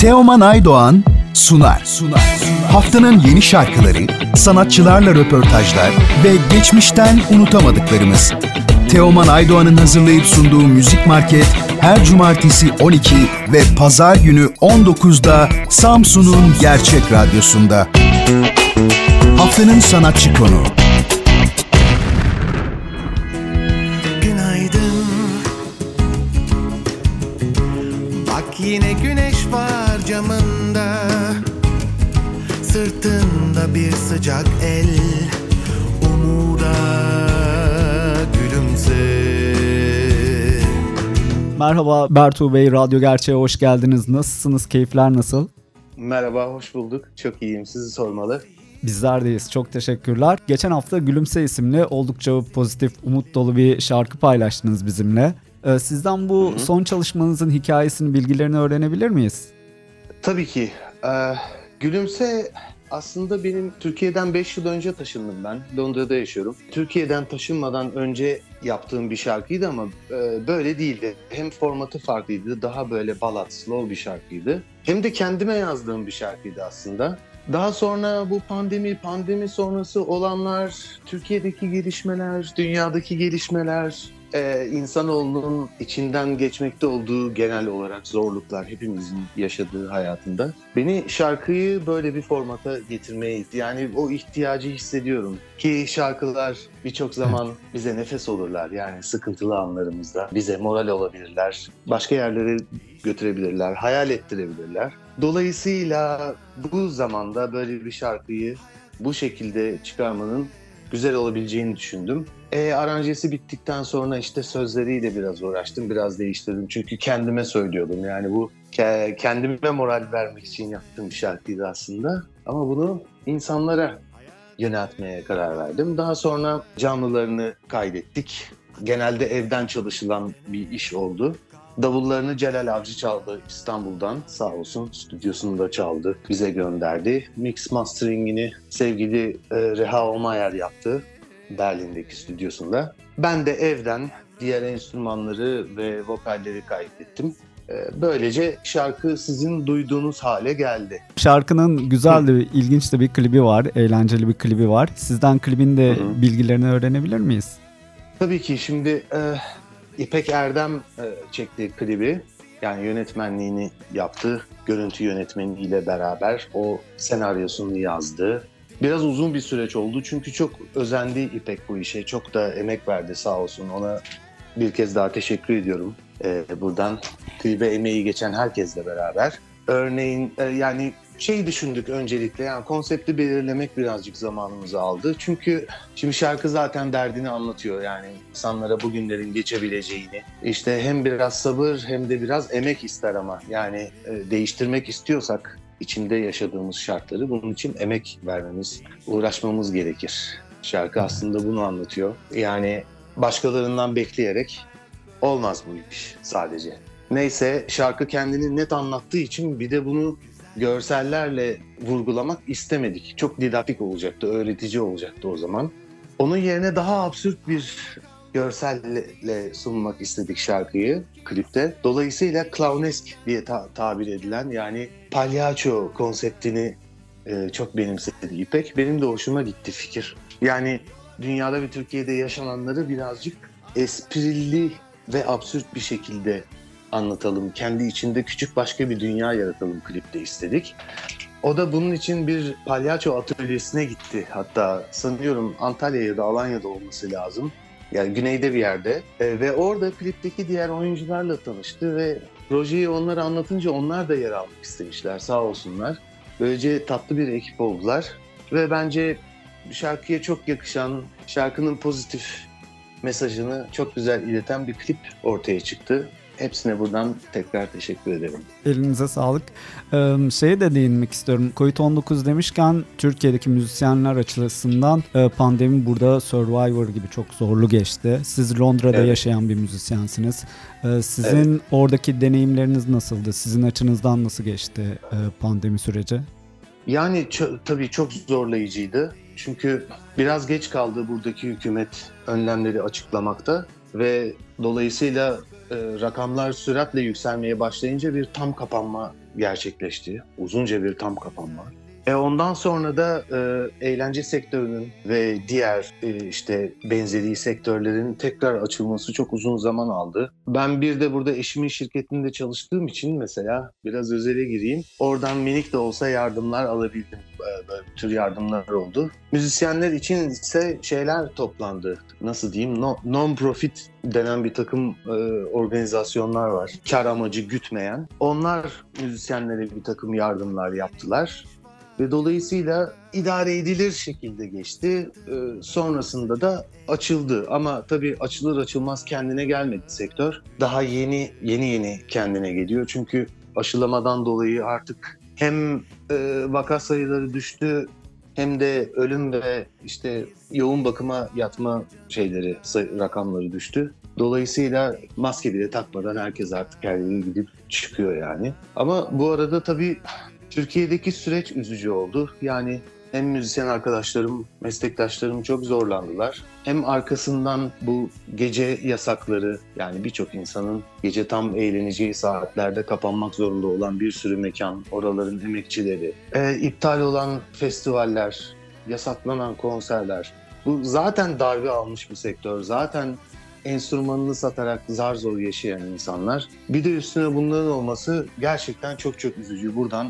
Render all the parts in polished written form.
Teoman Aydoğan sunar. Haftanın yeni şarkıları, sanatçılarla röportajlar ve geçmişten unutamadıklarımız. Teoman Aydoğan'ın hazırlayıp sunduğu Müzik Market her cumartesi 12 ve pazar günü 19'da Samsun'un Gerçek Radyosu'nda. Haftanın sanatçı konuğu. Günaydın. Bak yine güneş var camında. Sırtında bir sıcak el. Umuda gülümse. Merhaba Bertuğ Bey, Radyo Gerçeğe hoş geldiniz. Nasılsınız? Keyifler nasıl? Merhaba, hoş bulduk. Çok iyiyim. Sizi sormalı. Bizler deyiz. Çok teşekkürler. Geçen hafta Gülümse isimli oldukça pozitif, umut dolu bir şarkı paylaştınız bizimle. Sizden bu son çalışmanızın hikayesini, bilgilerini öğrenebilir miyiz? Tabii ki. Gülümse aslında benim Türkiye'den 5 yıl önce taşındım ben. Londra'da yaşıyorum. Türkiye'den taşınmadan önce yaptığım bir şarkıydı ama böyle değildi. Hem formatı farklıydı, daha böyle ballad, slow bir şarkıydı. Hem de kendime yazdığım bir şarkıydı aslında. Daha sonra bu pandemi sonrası olanlar, Türkiye'deki gelişmeler, dünyadaki gelişmeler, insanoğlunun içinden geçmekte olduğu genel olarak zorluklar, hepimizin yaşadığı hayatında beni şarkıyı böyle bir formata getirmeye itti. Yani o ihtiyacı hissediyorum ki şarkılar birçok zaman bize nefes olurlar. Yani sıkıntılı anlarımızda bize moral olabilirler, başka yerlere götürebilirler, hayal ettirebilirler. Dolayısıyla bu zamanda böyle bir şarkıyı bu şekilde çıkarmanın güzel olabileceğini düşündüm. Aranjesi bittikten sonra işte sözleriyle biraz uğraştım, biraz değiştirdim. Çünkü kendime söylüyordum. Yani bu kendime moral vermek için yaptığım bir şarkıydı aslında. Ama bunu insanlara yöneltmeye karar verdim. Daha sonra canlılarını kaydettik. Genelde evden çalışılan bir iş oldu. Davullarını Celal Avcı çaldı İstanbul'dan, sağ olsun stüdyosunda çaldı, bize gönderdi. Mix masteringini sevgili Reha Omayer yaptı Berlin'deki stüdyosunda. Ben de evden diğer enstrümanları ve vokalleri kaydettim. Böylece şarkı sizin duyduğunuz hale geldi. Şarkının güzel de, ilginç de bir klibi var, eğlenceli bir klibi var. Sizden klibin de bilgilerini öğrenebilir miyiz? Tabii ki şimdi... İpek Erdem çekti klibi, yani yönetmenliğini yaptı, görüntü yönetmeniyle beraber o senaryosunu yazdı. Biraz uzun bir süreç oldu çünkü çok özendi İpek bu işe, çok da emek verdi sağ olsun. Ona bir kez daha teşekkür ediyorum buradan klibe emeği geçen herkesle beraber. Örneğin yani düşündük öncelikle, yani konsepti belirlemek birazcık zamanımızı aldı. Çünkü şimdi şarkı zaten derdini anlatıyor, yani insanlara bugünlerin geçebileceğini. İşte hem biraz sabır hem de biraz emek ister ama yani değiştirmek istiyorsak içinde yaşadığımız şartları, bunun için emek vermemiz, uğraşmamız gerekir. Şarkı aslında bunu anlatıyor. Yani başkalarından bekleyerek olmaz bu iş sadece. Neyse, şarkı kendini net anlattığı için bir de bunu görsellerle vurgulamak istemedik. Çok didaktik olacaktı, öğretici olacaktı o zaman. Onun yerine daha absürt bir görselle sunmak istedik şarkıyı klipte. Dolayısıyla clownesk diye tabir edilen, yani palyaço konseptini çok benimsedi İpek. Benim de hoşuma gitti fikir. Yani dünyada ve Türkiye'de yaşananları birazcık esprili ve absürt bir şekilde anlatalım. Kendi içinde küçük başka bir dünya yaratalım klipte istedik. O da bunun için bir palyaço atölyesine gitti. Hatta sanıyorum Antalya ya da Alanya'da olması lazım. Yani güneyde bir yerde. Ve orada klipteki diğer oyuncularla tanıştı ve projeyi onlara anlatınca onlar da yer almak istemişler, sağ olsunlar. Böylece tatlı bir ekip oldular. Ve bence şarkıya çok yakışan, şarkının pozitif mesajını çok güzel ileten bir klip ortaya çıktı. Hepsine buradan tekrar teşekkür ederim. Elinize sağlık. Şeye de değinmek istiyorum. Covid-19 demişken Türkiye'deki müzisyenler açısından pandemi burada Survivor gibi çok zorlu geçti. Siz Londra'da yaşayan bir müzisyensiniz. Sizin oradaki deneyimleriniz nasıldı? Sizin açınızdan nasıl geçti pandemi süreci? Yani tabii çok zorlayıcıydı. Çünkü biraz geç kaldı buradaki hükümet önlemleri açıklamakta ve dolayısıyla rakamlar süratle yükselmeye başlayınca bir tam kapanma gerçekleşti. Uzunca bir tam kapanma. Ondan sonra da eğlence sektörünün ve diğer işte benzeri sektörlerin tekrar açılması çok uzun zaman aldı. Ben bir de burada eşimin şirketinde çalıştığım için mesela biraz özele gireyim. Oradan minik de olsa yardımlar alabildim. Böyle bir tür yardımlar oldu. Müzisyenler için ise şeyler toplandı. Nasıl diyeyim? Non-profit denen bir takım organizasyonlar var. Kar amacı gütmeyen. Onlar müzisyenlere bir takım yardımlar yaptılar. Ve dolayısıyla idare edilir şekilde geçti. Sonrasında da açıldı. Ama tabii açılır açılmaz kendine gelmedi sektör. Daha yeni kendine geliyor. Çünkü aşılamadan dolayı artık hem vaka sayıları düştü, hem de ölüm ve işte yoğun bakıma yatma rakamları düştü. Dolayısıyla maske bile takmadan herkes artık her yere gidip çıkıyor yani. Ama bu arada tabii Türkiye'deki süreç üzücü oldu. Yani hem müzisyen arkadaşlarım, meslektaşlarım çok zorlandılar. Hem arkasından bu gece yasakları, yani birçok insanın gece tam eğleneceği saatlerde kapanmak zorunda olan bir sürü mekan, oraların emekçileri, iptal olan festivaller, yasaklanan konserler. Bu zaten darbe almış bir sektör. Zaten enstrümanını satarak zar zor yaşayan insanlar. Bir de üstüne bunların olması gerçekten çok çok üzücü. Buradan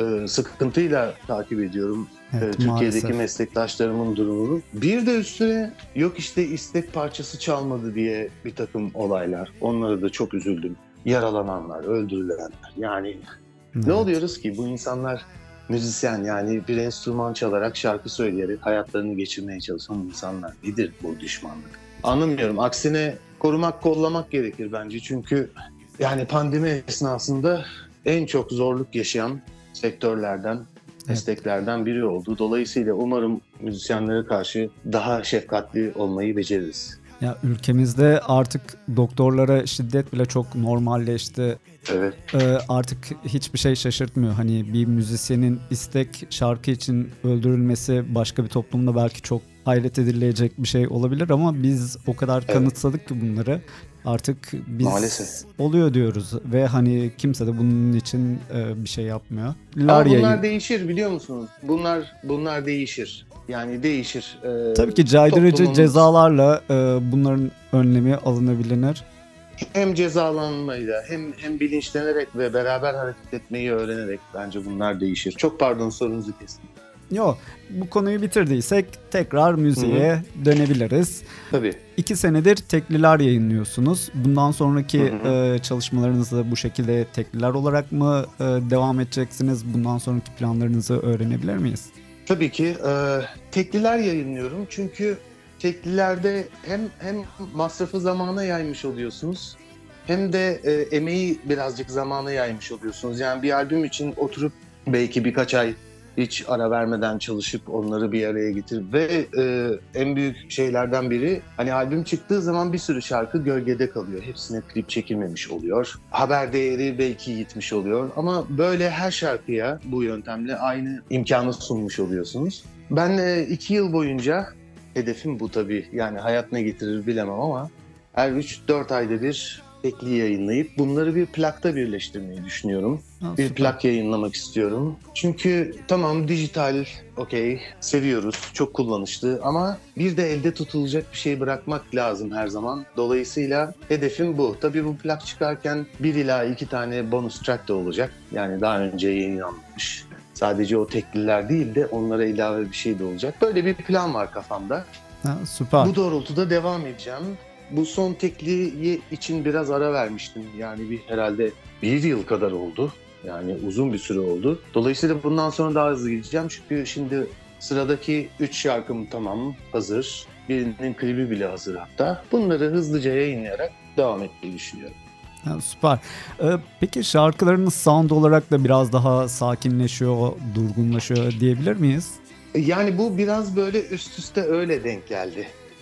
sıkıntıyla takip ediyorum Türkiye'deki maalesef meslektaşlarımın durumunu. Bir de üstüne yok işte istek parçası çalmadı diye bir takım olaylar. Onlara da çok üzüldüm. Yaralananlar, öldürülenler. Yani ne oluyoruz ki bu insanlar müzisyen, yani bir enstrüman çalarak şarkı söyleyerek hayatlarını geçirmeye çalışan insanlar. Nedir bu düşmanlık? Anlamıyorum. Aksine korumak, kollamak gerekir bence. Çünkü yani pandemi esnasında en çok zorluk yaşayan sektörlerden, mesleklerden biri oldu. Dolayısıyla umarım müzisyenlere karşı daha şefkatli olmayı beceririz. Ya ülkemizde artık doktorlara şiddet bile çok normalleşti. Evet. Artık hiçbir şey şaşırtmıyor. Hani bir müzisyenin istek şarkı için öldürülmesi başka bir toplumda belki çok hayret edilecek bir şey olabilir ama biz o kadar kanıtsadık ki bunları. Artık biz maalesef oluyor diyoruz ve hani kimse de bunun için bir şey yapmıyor. Ama bunlar değişir, biliyor musunuz? Bunlar değişir. Yani değişir. Tabii ki caydırıcı cezalarla bunların önlemi alınabilir. Hem cezalanmayla hem bilinçlenerek ve beraber hareket etmeyi öğrenerek bence bunlar değişir. Çok pardon, sorunuzu kestim. Yok, bu konuyu bitirdiysek tekrar müziğe dönebiliriz. Tabii. 2 senedir tekliler yayınlıyorsunuz. Bundan sonraki çalışmalarınızı bu şekilde tekliler olarak mı devam edeceksiniz? Bundan sonraki planlarınızı öğrenebilir miyiz? Tabii ki tekliler yayınlıyorum. Çünkü teklilerde hem masrafı zamana yaymış oluyorsunuz, hem de emeği birazcık zamana yaymış oluyorsunuz. Yani bir albüm için oturup belki birkaç ay hiç ara vermeden çalışıp onları bir araya getirip ve en büyük şeylerden biri, hani albüm çıktığı zaman bir sürü şarkı gölgede kalıyor. Hepsine klip çekilmemiş oluyor. Haber değeri belki gitmiş oluyor ama böyle her şarkıya bu yöntemle aynı imkanı sunmuş oluyorsunuz. Ben 2 yıl boyunca, hedefim bu tabii, yani hayat ne getirir bilemem ama her 3-4 ayda bir tekli yayınlayıp bunları bir plakta birleştirmeyi düşünüyorum. Bir plak yayınlamak istiyorum. Çünkü tamam, dijital, okey, seviyoruz, çok kullanışlı ama bir de elde tutulacak bir şey bırakmak lazım her zaman. Dolayısıyla hedefim bu. Tabii bu plak çıkarken 1 ila 2 tane bonus track da olacak. Yani daha önce yayınlanmış. Sadece o tekliler değil de onlara ilave bir şey de olacak. Böyle bir plan var kafamda. Süper. Bu doğrultuda devam edeceğim. Bu son tekliği için biraz ara vermiştim. Yani herhalde 1 yıl kadar oldu. Yani uzun bir süre oldu. Dolayısıyla bundan sonra daha hızlı gideceğim. Çünkü şimdi sıradaki 3 şarkım tamam, hazır. Birinin klibi bile hazır hatta. Bunları hızlıca yayınlayarak devam etmeyi düşünüyorum. Süper. Peki şarkılarınız sound olarak da biraz daha sakinleşiyor, durgunlaşıyor diyebilir miyiz? Yani bu biraz böyle üst üste öyle denk geldi.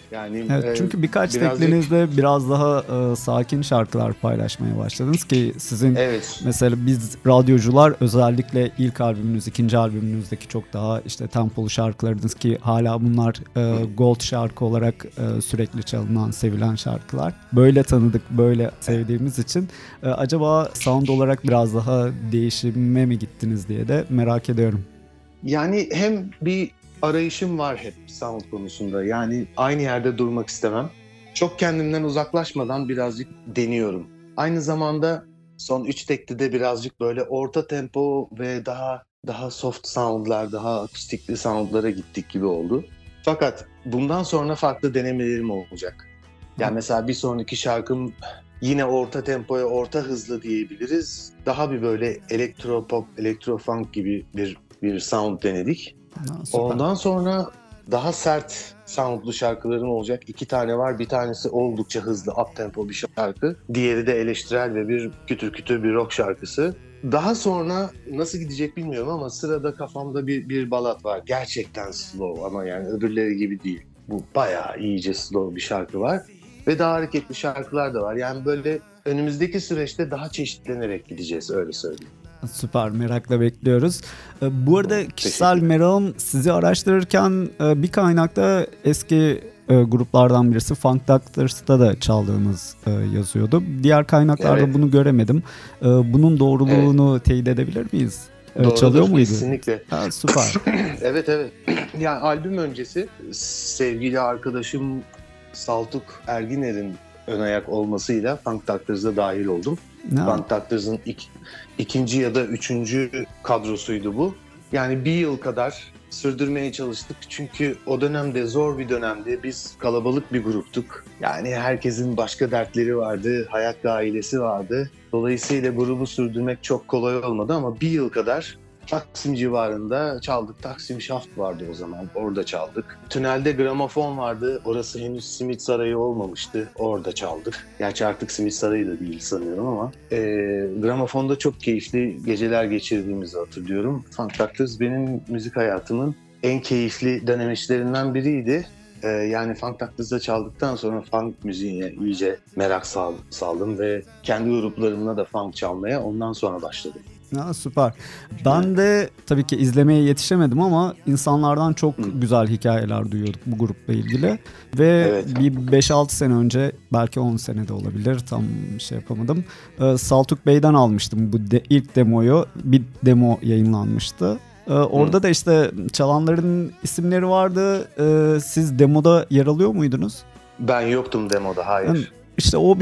Yani Evet, çünkü birkaç birazcık... teklinizde biraz daha sakin şarkılar paylaşmaya başladınız ki sizin Evet. mesela biz radyocular özellikle ilk albümünüz, ikinci albümünüzdeki çok daha işte tempolu şarkılarınız ki hala bunlar gold şarkı olarak sürekli çalınan, sevilen şarkılar. Böyle tanıdık, böyle sevdiğimiz için acaba sound olarak biraz daha değişime mi gittiniz diye de merak ediyorum. Yani hem bir arayışım var hep sound konusunda. Yani aynı yerde durmak istemem. Çok kendimden uzaklaşmadan birazcık deniyorum. Aynı zamanda son 3 teklide birazcık böyle orta tempo ve daha soft soundlar, daha akustikli soundlara gittik gibi oldu. Fakat bundan sonra farklı denemelerim olacak. Yani mesela bir sonraki şarkım yine orta tempoya, orta hızlı diyebiliriz. Daha bir böyle elektro pop, elektro funk gibi bir sound denedik. Ondan sonra daha sert soundlu şarkılarım olacak. 2 tane var. Bir tanesi oldukça hızlı, up tempo bir şarkı. Diğeri de eleştirel ve bir kütür kütür bir rock şarkısı. Daha sonra nasıl gidecek bilmiyorum ama sırada kafamda bir balat var. Gerçekten slow ama yani öbürleri gibi değil. Bu bayağı iyice slow bir şarkı var. Ve daha hareketli şarkılar da var. Yani böyle önümüzdeki süreçte daha çeşitlenerek gideceğiz, öyle söyleyeyim. Süper, merakla bekliyoruz. Bu arada kişisel merakım, sizi araştırırken bir kaynakta eski gruplardan birisi Funk Doctors'ta da çaldığınız yazıyordu. Diğer kaynaklarda Evet. bunu göremedim. Bunun doğruluğunu teyit edebilir miyiz? Doğrudur, Çalıyor muydu? kesinlikle. Ha, süper. Evet. Yani albüm öncesi sevgili arkadaşım Saltuk Erginer'in ön ayak olmasıyla Funk Doctors'a dahil oldum. Funk Doctors'ın ikinci ya da üçüncü kadrosuydu bu. Yani bir yıl kadar sürdürmeye çalıştık. Çünkü o dönemde zor bir dönemdi. Biz kalabalık bir gruptuk. Yani herkesin başka dertleri vardı. Hayat ve ailesi vardı. Dolayısıyla grubu sürdürmek çok kolay olmadı ama bir yıl kadar Taksim civarında çaldık. Taksim Şaft vardı o zaman. Orada çaldık. Tünelde gramofon vardı. Orası henüz Simit Sarayı olmamıştı. Orada çaldık. Gerçi artık Simit Sarayı da değil sanıyorum ama. Gramofonda çok keyifli geceler geçirdiğimizi hatırlıyorum. Funk Doctors benim müzik hayatımın en keyifli dönemeçlerinden biriydi. Yani Funk Doctors'da çaldıktan sonra funk müziğine iyice merak saldım ve kendi gruplarımla da funk çalmaya ondan sonra başladım. Ya, süper. Ben de tabii ki izlemeye yetişemedim ama insanlardan çok güzel hikayeler duyuyorduk bu grupla ilgili. Ve Evet. bir 5-6 sene önce, belki 10 sene de olabilir, tam şey yapamadım. Saltuk Bey'den almıştım bu ilk demoyu. Bir demo yayınlanmıştı. Orada da işte çalanların isimleri vardı. Siz demoda yer alıyor muydunuz? Ben yoktum demoda, hayır. Yani İşte o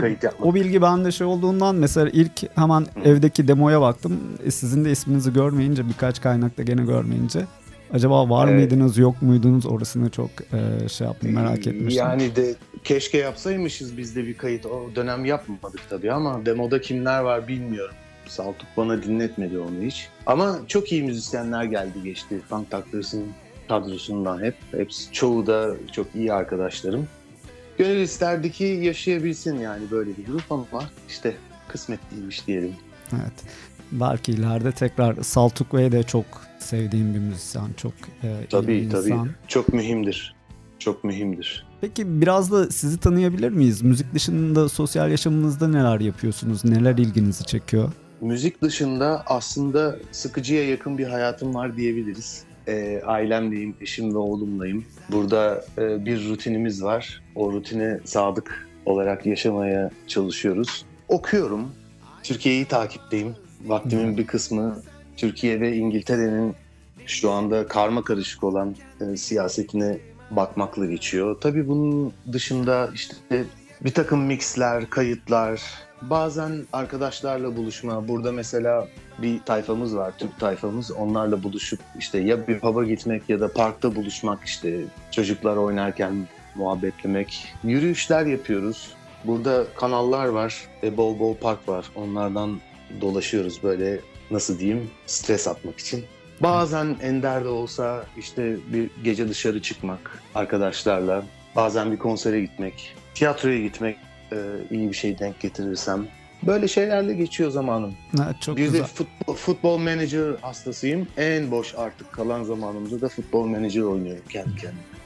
bilgi bende şey olduğundan mesela ilk hemen evdeki demoya baktım. Sizin de isminizi görmeyince, birkaç kaynakta gene görmeyince acaba var mıydınız, yok muydunuz, orasını çok şey yaptım, merak etmiştim. Yani de keşke yapsaymışız biz de bir kayıt. O dönem yapmadık tabii ama demoda kimler var bilmiyorum. Saltuk bana dinletmedi onu hiç. Ama çok iyi müzisyenler geldi geçti. Funk Doctors'ın kadrosundan hep. Hepsi, çoğu da çok iyi arkadaşlarım. Gönül isterdi ki yaşayabilsin yani böyle bir grup ama işte kısmet değilmiş diyelim. Evet. Belki ileride tekrar. Saltuk Bey de çok sevdiğim bir müzisyen, çok iyi bir insan. Tabii. Çok mühimdir. Çok mühimdir. Peki biraz da sizi tanıyabilir miyiz? Müzik dışında sosyal yaşamınızda neler yapıyorsunuz? Neler ilginizi çekiyor? Müzik dışında aslında sıkıcıya yakın bir hayatım var diyebiliriz. Ailemleyim, eşim ve oğlumlayım. Burada bir rutinimiz var. O rutine sadık olarak yaşamaya çalışıyoruz. Okuyorum. Türkiye'yi takipteyim. Vaktimin bir kısmı Türkiye ve İngiltere'nin şu anda karma karışık olan siyasetine bakmakla geçiyor. Tabii bunun dışında işte bir takım mixler, kayıtlar, bazen arkadaşlarla buluşma. Burada mesela bir tayfamız var, Türk tayfamız. Onlarla buluşup işte ya bir pub'a gitmek ya da parkta buluşmak, işte çocuklar oynarken muhabbetlemek. Yürüyüşler yapıyoruz. Burada kanallar var ve bol bol park var. Onlardan dolaşıyoruz böyle, nasıl diyeyim, stres atmak için. Bazen ender de olsa işte bir gece dışarı çıkmak arkadaşlarla. Bazen bir konsere gitmek, tiyatroya gitmek, iyi bir şey denk getirirsem. Böyle şeylerle geçiyor zamanım. Çok bir güzel. de futbol manager hastasıyım. En boş artık kalan zamanımda da futbol manager oynuyorum kendi kendime.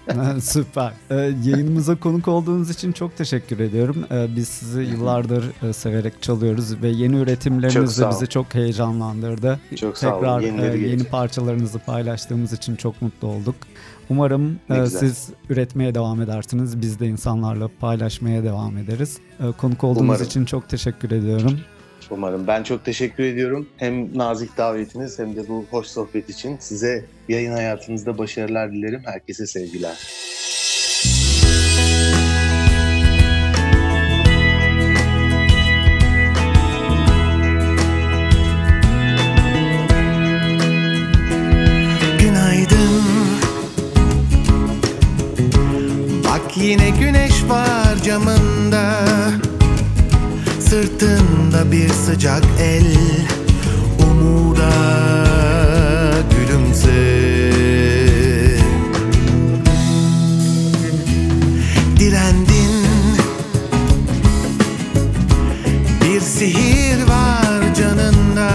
Süper. Yayınımıza konuk olduğunuz için çok teşekkür ediyorum. Biz sizi yıllardır severek çalıyoruz ve yeni üretimleriniz de bizi çok heyecanlandırdı. Çok sağ olun. Tekrar yeni parçalarınızı paylaştığımız için çok mutlu olduk. Umarım siz üretmeye devam edersiniz. Biz de insanlarla paylaşmaya devam ederiz. Konuk olduğunuz için çok teşekkür ediyorum. Umarım. Ben çok teşekkür ediyorum. Hem nazik davetiniz hem de bu hoş sohbet için. Size yayın hayatınızda başarılar dilerim. Herkese sevgiler. Günaydın. Bak yine güneş var camında. Sırtında bir sıcak el, umuda gülümse. Direndin, bir sihir var canında.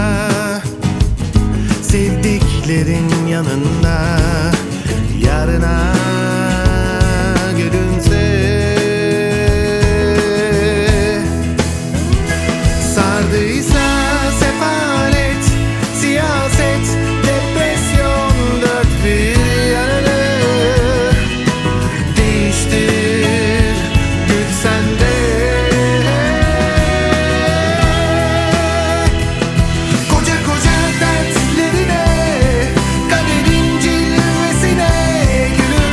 Sevdiklerin yanında, yarına gülümse. Sardıysa sefalet, siyaset, depresyon, dört bir yanını değiştir, güç sende. Koca koca dertlerine, kaderin cilvesine gülüm.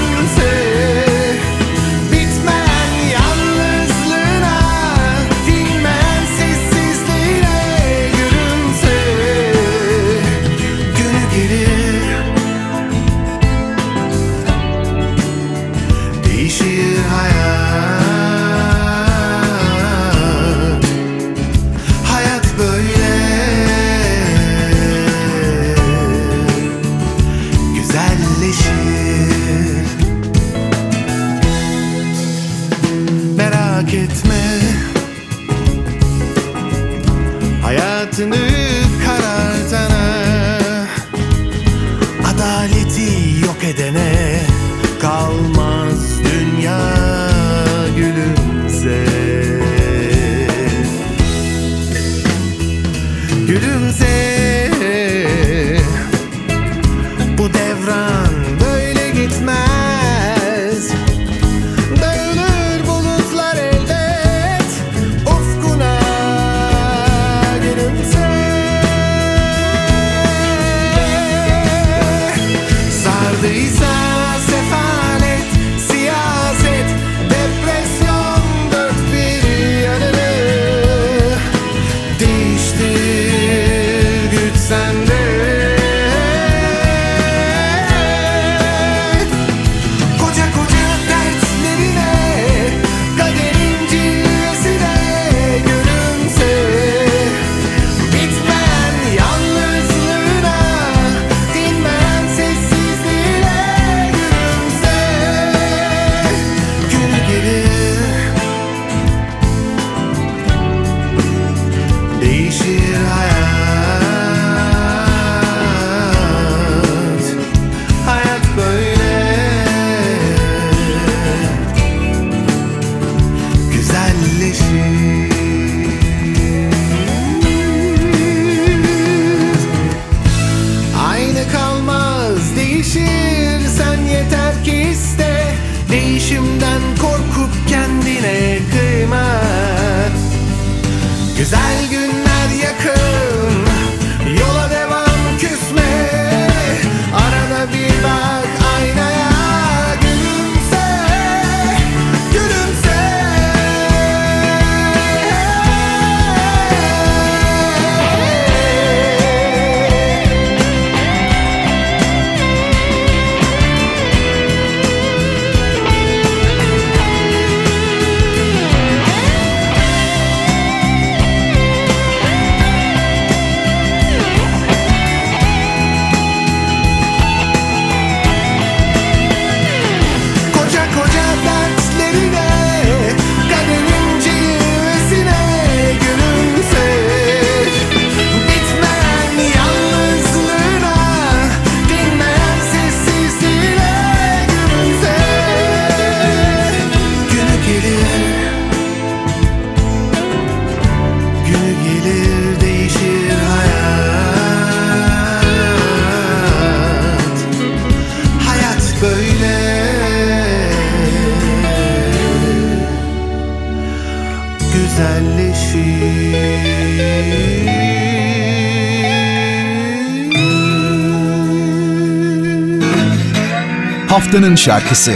haftanın şarkısı.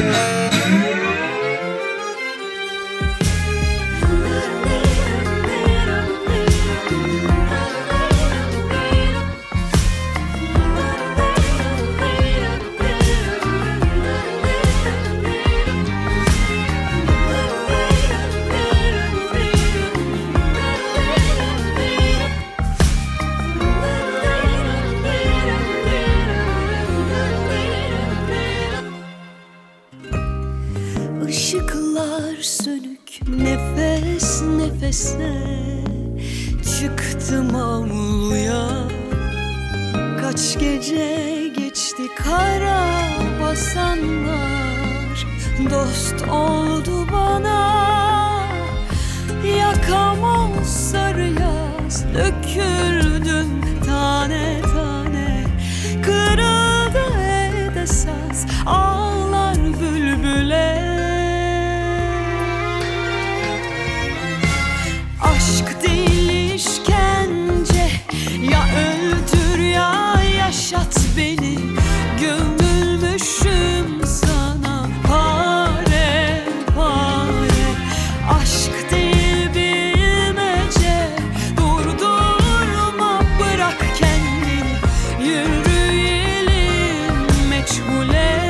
Işıklar sönük, nefes nefese çıktım avluya. Kaç gece geçti kara basanlar, dost oldu bana. Yakama sarı yaz döküldün tane tane, kırıldı edesaz ağlar bülbüle. Aşk değil işkence, ya öldür ya yaşat beni. Gömülmüşüm sana pare pare. Aşk değil bilmece, durdurma bırak kendini. Yürüyelim meçhule.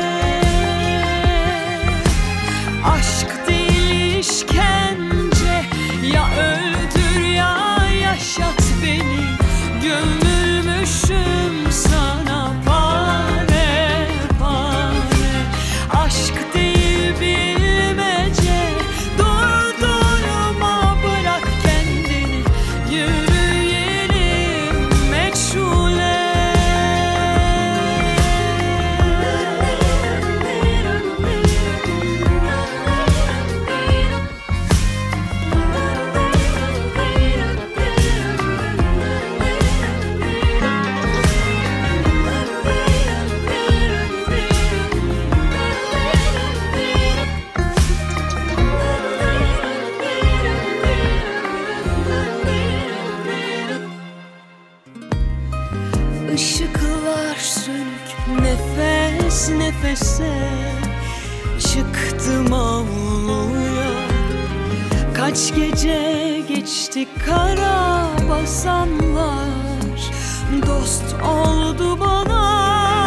Aşk değil işkence, ya öldür ya yaşat beni. Gömülmüşüm sana pare pare. Aşk değil bilmece, durdurma bırak kendini. Yürüyelim meçhule. Işıklar sönük, nefes nefese çıktım avluya. Kaç gece geçti kara basanlar, dost oldu bana.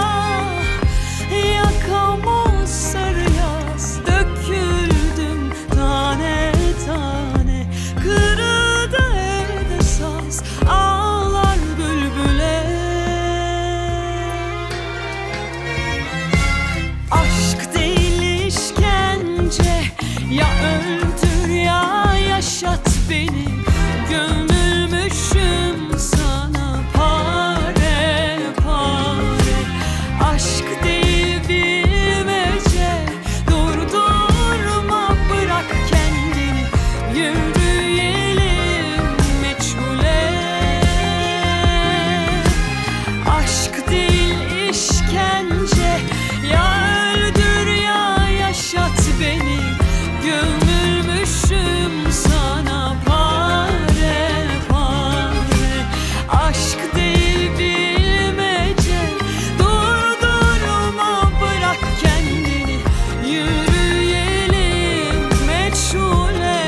Yakama sarı yaz döküldüm tane tane, kırıldı edesaz ağlar bülbüle. Aşk değil işkence, ya öldür ya yaşat beni. Gömülmüşüm sana pare pare. Aşk değil bilmece, durdurma bırak kendini. Yürüyelim meçhule. Aşk değil işkence, ya öldür ya yaşat beni. Gömülmüşüm sana pare pare. Aşk değil bilmece, durdurma bırak kendini. Yürüyelim meçhule.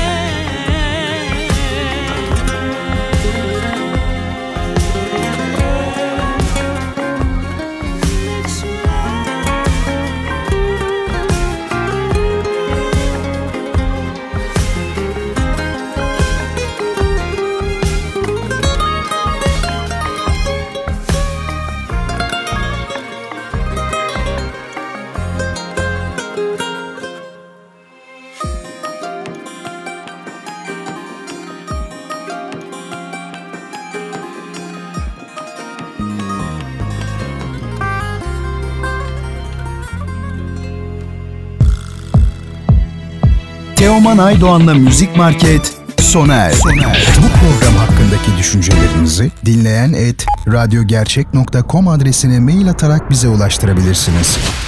Teoman Aydoğan'la Müzik Market sona erdi. Bu program hakkındaki düşüncelerinizi dinleyen @radyogercek.com adresine mail atarak bize ulaştırabilirsiniz.